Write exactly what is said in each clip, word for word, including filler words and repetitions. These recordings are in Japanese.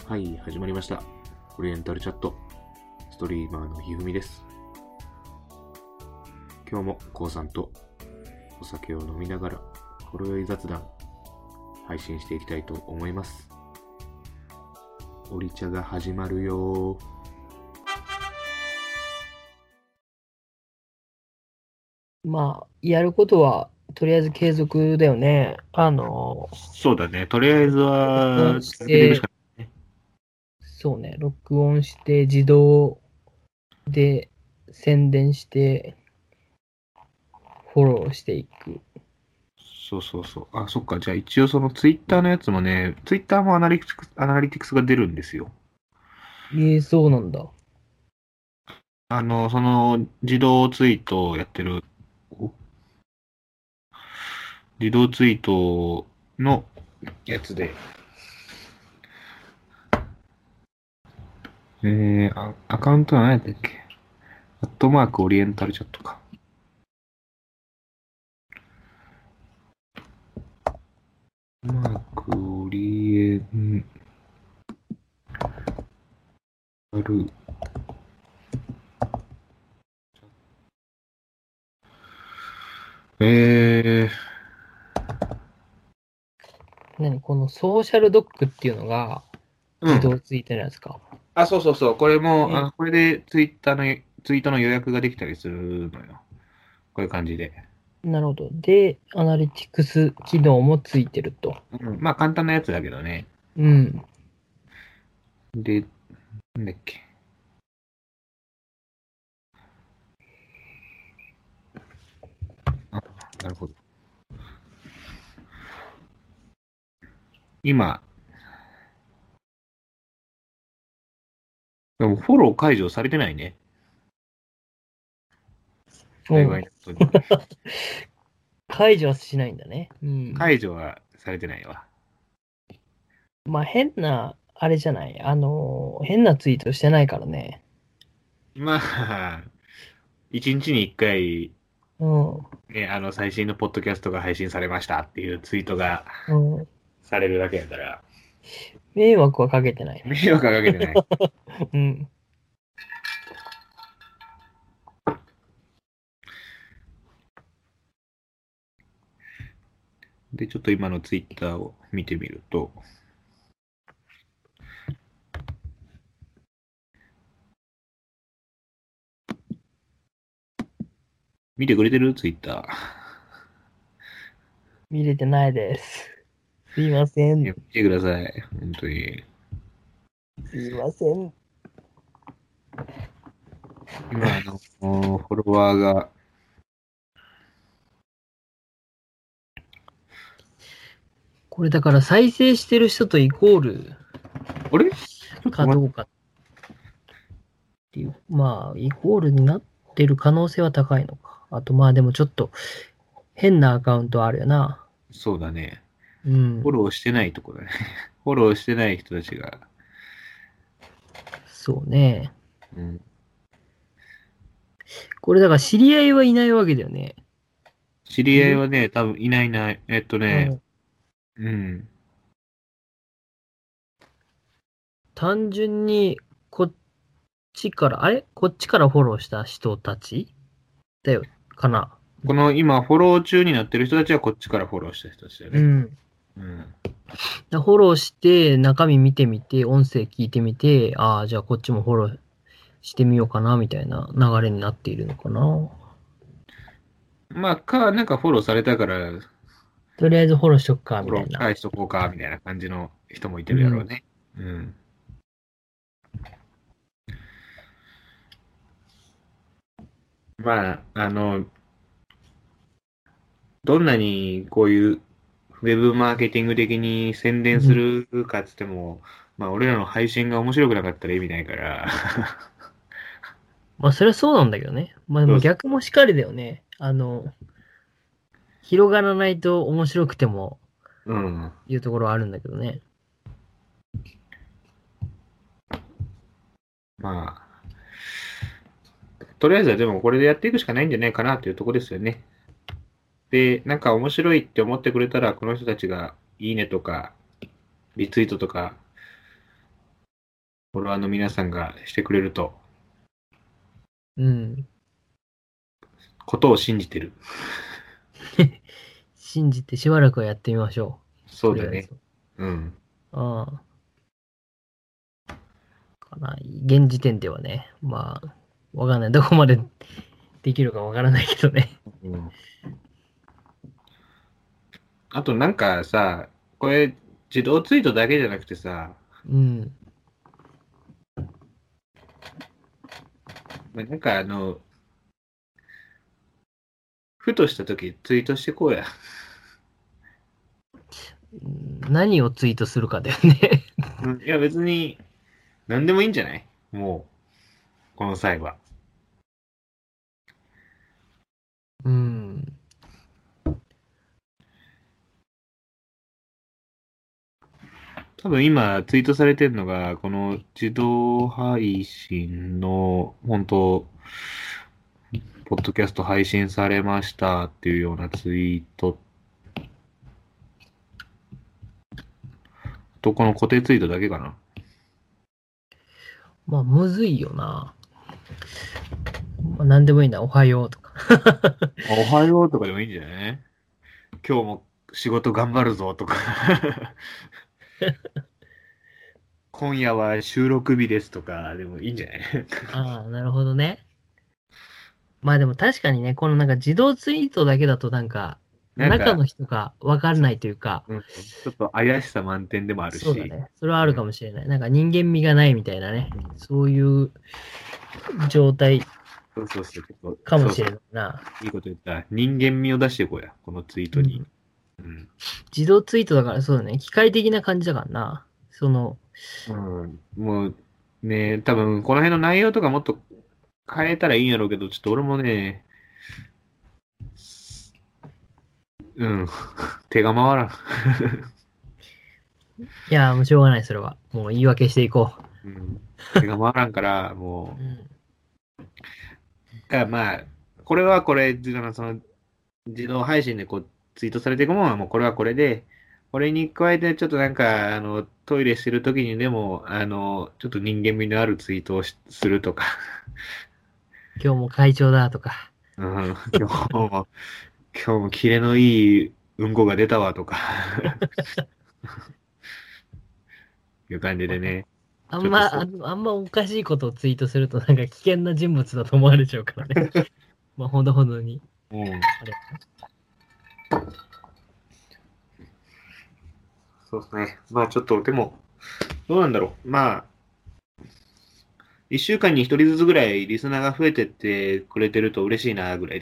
はい、始まりました。オリエンタルチャット。ストリーマーのひふみです。今日もこうさんとお酒を飲みながらほろ酔い雑談配信していきたいと思います。オリ茶が始まるよー。 まあ、やることは、とりあえず継続だよね。あの、 そうだね。とりあえずは録音し続けていくして、 かないね。 そうね、録音して、自動で宣伝して、フォローしていく。 そうそうそう。あ、そっか。じゃあ一応そのツイッターのやつもね、ツイッターもアナリティクス、アナリティクスが出るんですよ。 ええ、そうなんだ。 あの、その自動ツイートをやってる、お自動ツイートのやつで、えー、あアカウントは何やったっけ？アットマークオリエンタルチャットか。マークオリエンタル。え何このソーシャルドックっていうのがー、うん。 自動ツイートのやつか。 あ、そうそうそう。これも、 え、 あ、これでツイッターの、ツイートの予約ができたりするのよ。こういう感じで。 なるほど。で、アナリティクス機能もついてると。 うん。まあ簡単なやつだけどね。 うん。 で、なんだっけ。あ、なるほど。今、でもフォロー解除されてないね。 うん。 幸いなことに。 解除はしないんだね。うん。 解除はされてないわ。 まあ変な、あれじゃない。あのー変なツイートしてないからね。 まあ、一日に一回、 うん。 ね、あの、最新のポッドキャストが配信されましたっていうツイートがうん。 されるだけやから、 迷惑はかけてないね。 迷惑はかけてない。 うん。 で、ちょっと今のツイッターを見てみると、見てくれてるツイッター。 見れてないです。すいません。 いや見てください。本当に。 すいません。 今、あの、フォロワーが、 これだから再生してる人とイコールあれちょっと待って、 かどうかっていう。まあ、イコールになってる可能性は高いのか。あとまあでもちょっと変なアカウントあるよな。 そうだね。 うん。 フォローしてないとこだね。フォローしてない人たちが、 そうね。 うん、 これだから知り合いはいないわけだよね。 知りいる。 合いはね、多分いないいない。えっとね、 うん。 うん。 単純にこっちから、あれこっちからフォローした人たちだよ、かな。 この今、フォロー中になってる人たちはこっちからフォローした人たちだよね。 うん。 うん。 フォローして、中身見てみて、音声聞いてみて、ああ、じゃあこっちもフォローしてみようかな、みたいな流れになっているのかな。 まあ、か、なんかフォローされたから、フとりあえずフォローしとくか、 ォみたいな。 ロー返しとこうか、みたいな感じの人もいてうん。 るやろうね。うん。まあ、あの、どんなにこういうウェブマーケティング的に宣伝すうん。 るかっつっても、まあ、俺らの配信が面白くなかったら意味ないから。 まあ、それはそうなんだけどね。まあ、でもそうそ逆もしかりだよね。あの、広がらないと面白くても、 う。うん。 いうところはあるんだけどね。 まあ、とりあえずはでもこれでやっていくしかないんじゃないかなというところですよね。で、なんか面白いって思ってくれたら、この人たちがいいねとか、リツイートとかフォロワーの皆さんがしてくれると、 うん。 ことを信じてる。 信じてしばらくはやってみましょう。 そうだね。 とりあえず。 うん。 ああ。かな。現時点ではね。まあ、わかんない。どこまでできるかわからないけどね。 うん、あとなんかさ、これ自動ツイートだけじゃなくてさ、 うん。 まあなんかあの、ふとした時ツイートしてこうや。 何をツイートするかだよね。 うん、いや別に何でもいいんじゃない？もう、この際は。 うん。 多分今ツイートされてるのが、この自動配信の、本当ポッドキャスト配信されましたっていうようなツイートと、この固定ツイートだけかな。 まあ、むずいよな。まあ、何でもいいんだ。おはようとか。 おはようとかでもいいんじゃない？今日も仕事頑張るぞとか今夜は収録日ですとかでもいいんじゃない？ ああ、なるほどね。まあでも確かにね、このなんか自動ツイートだけだとなんか、 なんか、 中の人がわかんないというか、 うん、ちょっと怪しさ満点でもあるし、 そうだね。それはあるうん、 かもしれない。なんか人間味がないみたいなね。そういう状態そうそうそう、ちょっと、 かもしそうそう、 れないな。 いいこと言った。人間味を出していこうや、このツイートに。 うん。 うん。 自動ツイートだからそうだね。機械的な感じだからな。その、 うん、もう、ね、多分、この辺の内容とかもっと変えたらいいんやろうけど、ちょっと俺もね、うん、手が回らん。 いや、もうしょうがない、それは。もう言い訳していこうん、手が回らんから、 う。 もうん。 う、だからまあ、これはこれ、その、その自動配信でこう、ツイートされていくものはもうこれはこれで、これに加えて、ちょっとなんか、あの、トイレしてる時にでも、あの、ちょっと人間味のあるツイートをしするとか、 今日も会長だとか。 うん、今日も、今日もキレのいいうんこが出たわとかいう感じでね、 あんま、 ちょっとそあのあんまおかしいことをツイートするとなんか危険な人物だと思われちゃうからね。まあ、ほどほどに。 う、うん、 あれ。 そうですね。まあちょっと、でも、どうなんだろう。まあ、一週間に一人ずつぐらいリスナーが増えてってくれてると嬉しいなぐらいです。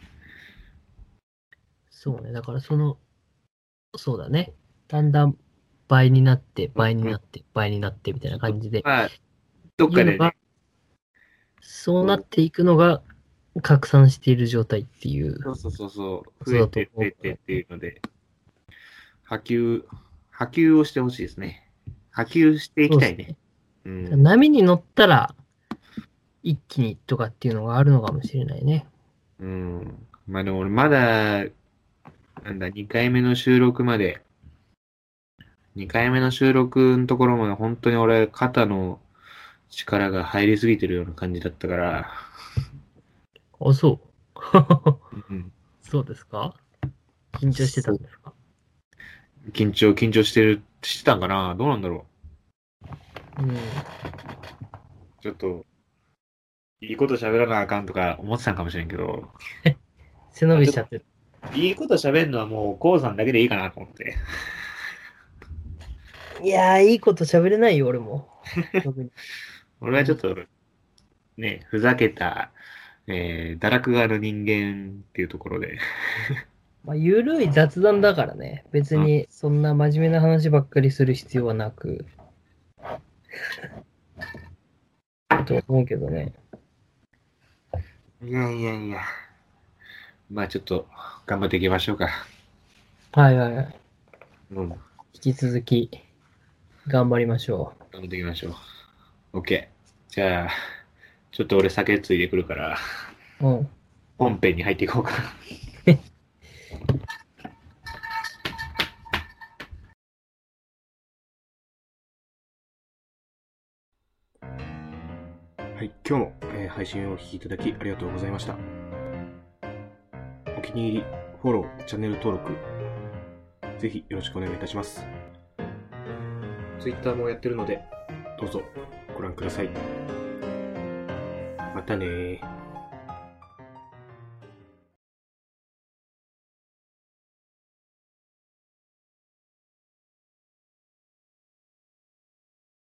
そうね。だからその、そうだね。だんだん倍になって、倍にうん、 なって、倍になってみたいな感じで、 まあ、どっかでね、 いうのが、そうなっこていくのが拡散している状態っていうう、そうそうそうそう、 ことだと増えて増思うから。 えてっていうので、波及、波及をしてほしいですね。波及していきたいね。 そうですね。 うん。 波に乗ったら一気にとかっていうのがあるのかもしれないね。 うん。まあでも俺まだ、なんだ、にかいめの収録まで、にかいめの収録のところまで本当に俺肩の力が入りすぎてるような感じだったから、 あ、そう。 うん。 そうですか？緊張してたそう、 んですか？ 緊張、緊張してる、してたんかな？どうなんだろうん。 う。ちょっと、いいこと喋らなあかんとか思ってたんかもしれんけど、 背伸まあちょっと、 びしちゃってる。 いいこと喋るのはもう、こうさんだけでいいかなと思って。 いやー、いいこと喋れないよ、俺も。特に。うん。 俺はちょっと、ね、ふざけた、えー、堕落側の人間っていうところで、 まあ、ゆるい雑談だからね。別うん、 に、そんな真面目な話ばっかりする必要はなく、と思うけどね。 いやいやいや、まあちょっと、頑張っていきましょうか。 はいはいはい。 うん、 引き続き、頑張りましょ頑張っていきましょう。OK。じゃあ、ちょっと俺酒ついでくるから、 う。うん。 本編に入っていこうか。 はい、今日も、えー配信をお聞きいただきありがとうございました。お気に入り、フォロー、チャンネル登録、ぜひよろしくお願いいたします。Twitter もやってるので、どうぞご覧ください。またねー。